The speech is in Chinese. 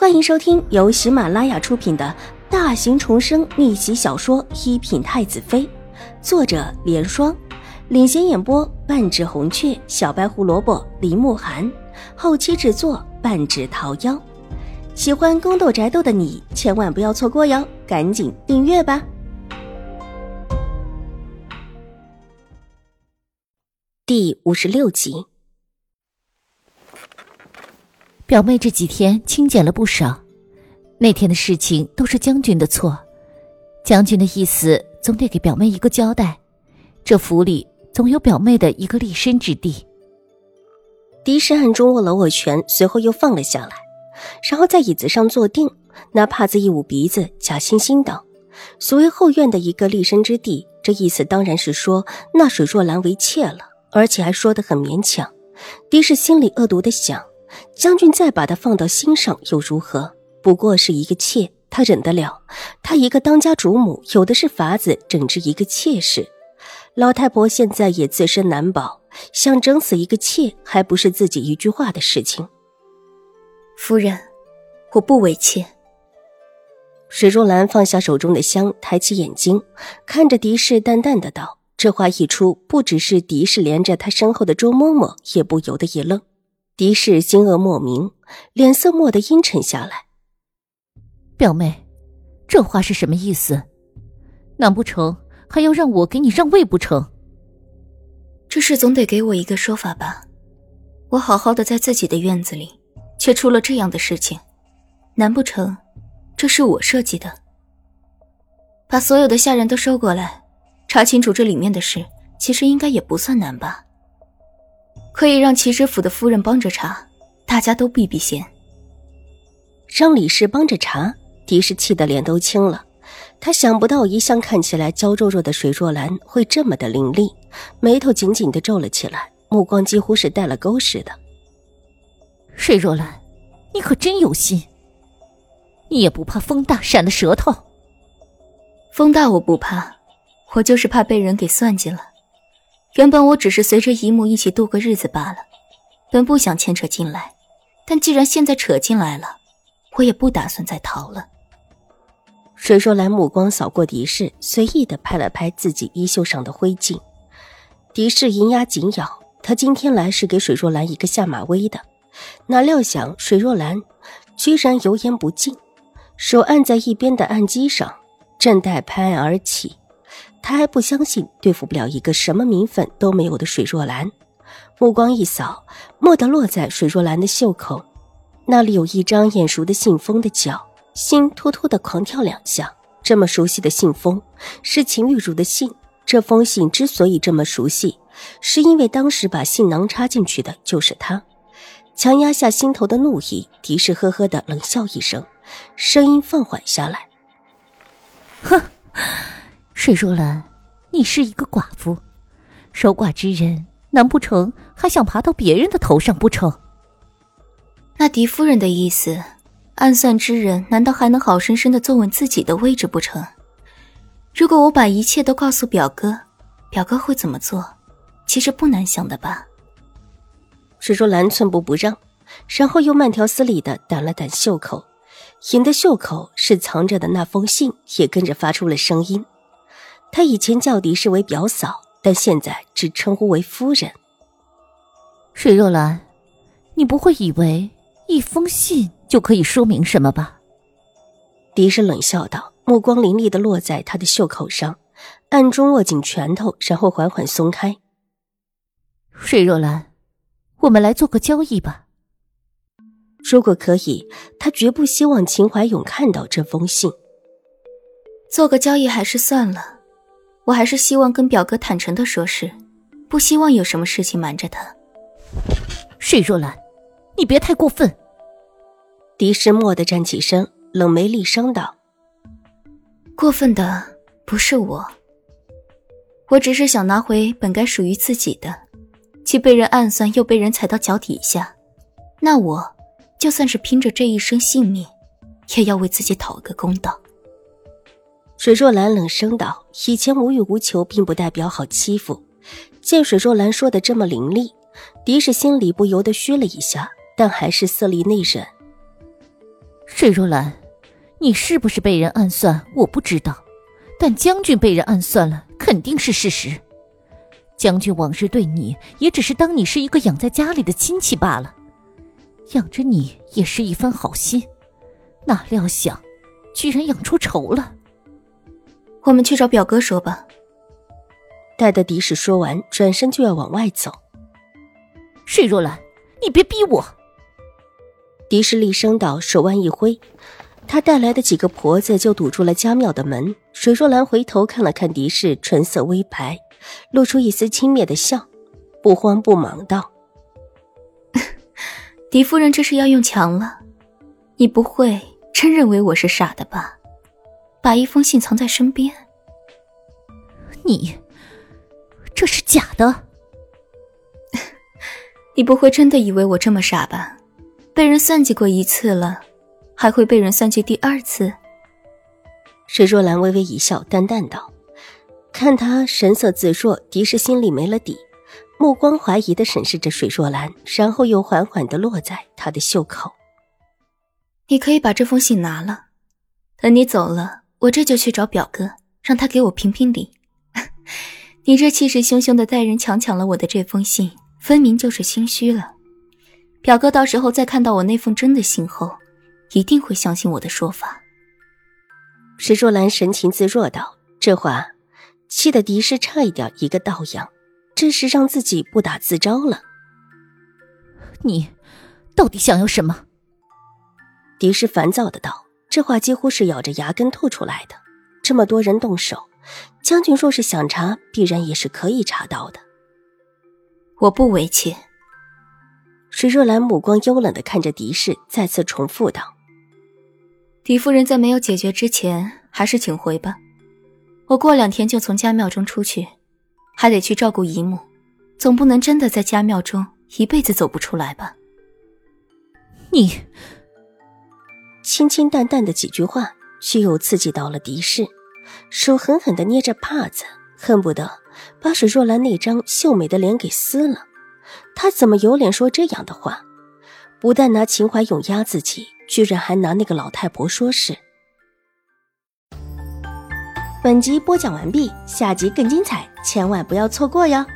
欢迎收听由喜马拉雅出品的大型重生逆袭小说《一品太子妃》，作者莲霜，领衔演播半指红雀、小白胡萝卜、林慕寒，后期制作半指桃夭。喜欢宫斗宅斗的你千万不要错过哟，赶紧订阅吧。第56集。 表妹这几天清减了不少，那天的事情都是将军的错，将军的意思总得给表妹一个交代，这府里总有表妹的一个立身之地。 狄氏暗中握了握拳，随后又放了下来，然后在椅子上坐定，拿帕子一捂鼻子，假惺惺道：所谓后院的一个立身之地，这意思当然是说纳水若兰为妾了，而且还说得很勉强。狄氏心里恶毒地想，将军再把她放到心上又如何？不过是一个妾，他忍得了。他一个当家主母，有的是法子整治一个妾室。老太婆现在也自身难保，想整死一个妾，还不是自己一句话的事情。 夫人，我不为妾。 水若兰放下手中的香，抬起眼睛看着狄氏，淡淡的道。这话一出，不只是狄氏，连着他身后的周嬷嬷也不由得一愣。狄氏心恶莫名，脸色蓦地阴沉下来。 表妹，这话是什么意思？难不成还要让我给你让位不成？ 这事总得给我一个说法吧。我好好的在自己的院子里，却出了这样的事情，难不成这是我设计的？把所有的下人都收过来，查清楚这里面的事，其实应该也不算难吧。可以让齐知府的夫人帮着查，大家都避避嫌。 让李氏帮着查，狄氏气得脸都青了。他想不到一向看起来娇弱弱的水若兰会这么的凌厉，眉头紧紧地皱了起来，目光几乎是带了钩似的。 水若兰，你可真有心，你也不怕风大闪了舌头？ 风大我不怕，我就是怕被人给算计了。原本我只是随着姨母一起度过日子罢了，本不想牵扯进来，但既然现在扯进来了，我也不打算再逃了。 水若兰目光扫过狄氏，随意地拍了拍自己衣袖上的灰烬。狄氏银牙紧咬，他今天来是给水若兰一个下马威的，哪料想水若兰居然油盐不进，手按在一边的案几上，正待拍案而起。他还不相信对付不了一个什么名分都没有的水若兰，目光一扫，蓦地落在水若兰的袖口，那里有一张眼熟的信封的角，心突突地狂跳两下。这么熟悉的信封，是秦玉茹的信。这封信之所以这么熟悉，是因为当时把信囊插进去的就是他。强压下心头的怒意，狄氏呵呵地冷笑一声，声音放缓下来。 哼，水若兰，你是一个寡妇，守寡之人，难不成还想爬到别人的头上不成？ 那狄夫人的意思，暗算之人难道还能好生生地坐稳自己的位置不成？如果我把一切都告诉表哥，表哥会怎么做？其实不难想的吧。 水若兰寸步不让，然后又慢条斯理地掸了掸袖口，引的袖口是藏着的那封信也跟着发出了声音。他以前叫狄氏为表嫂，但现在只称呼为夫人。 水若兰，你不会以为一封信就可以说明什么吧？ 狄氏冷笑道，目光凌厉地落在他的袖口上，暗中握紧拳头，然后缓缓松开。 水若兰，我们来做个交易吧。 如果可以，他绝不希望秦怀勇看到这封信。 做个交易还是算了，我还是希望跟表哥坦诚地说事，不希望有什么事情瞒着他。 水若兰，你别太过分。 狄氏蓦地站起身，冷眉厉声道： 过分的不是我，我只是想拿回本该属于自己的，既被人暗算又被人踩到脚底下，那我就算是拼着这一生性命，也要为自己讨个公道。 水若兰冷声道，以前无欲无求并不代表好欺负。见水若兰说的这么凌厉，狄氏心里不由得虚了一下，但还是色厉内荏。 水若兰，你是不是被人暗算我不知道，但将军被人暗算了肯定是事实。将军往日对你也只是当你是一个养在家里的亲戚罢了，养着你也是一番好心，哪料想居然养出仇了。 我们去找表哥说吧。 待得狄氏说完，转身就要往外走。 水若兰，你别逼我！ 狄氏厉声道，手腕一挥，他带来的几个婆子就堵住了家庙的门。水若兰回头看了看狄氏，唇色微白，露出一丝轻蔑的笑，不慌不忙道： 狄夫人这是要用强了，你不会真认为我是傻的吧？把一封信藏在身边。 你这是假的。 你不会真的以为我这么傻吧？被人算计过一次了，还会被人算计第二次？ 水若兰微微一笑，淡淡道。看他神色自若，狄氏心里没了底，目光怀疑地审视着水若兰，然后又缓缓地落在她的袖口。 你可以把这封信拿了，等你走了，我这就去找表哥，让他给我评评理。你这气势汹汹地带人抢了我的这封信，分明就是心虚了。表哥到时候再看到我那封真的信后，一定会相信我的说法。 水若兰神情自若道，这话气得狄氏差一点一个倒仰，这是让自己不打自招了。 你到底想要什么？ 狄氏烦躁的道，这话几乎是咬着牙根吐出来的。这么多人动手，将军若是想查，必然也是可以查到的。 我不为妾。 水若兰目光幽冷地看着狄氏，再次重复道： 狄夫人在没有解决之前，还是请回吧。我过2天就从家庙中出去，还得去照顾姨母，总不能真的在家庙中一辈子走不出来吧。 你清清淡淡的几句话，却又刺激到了狄氏，手狠狠地捏着帕子，恨不得把水若兰那张秀美的脸给撕了。他怎么有脸说这样的话？不但拿秦怀勇压自己，居然还拿那个老太婆说事。本集播讲完毕，下集更精彩，千万不要错过哟。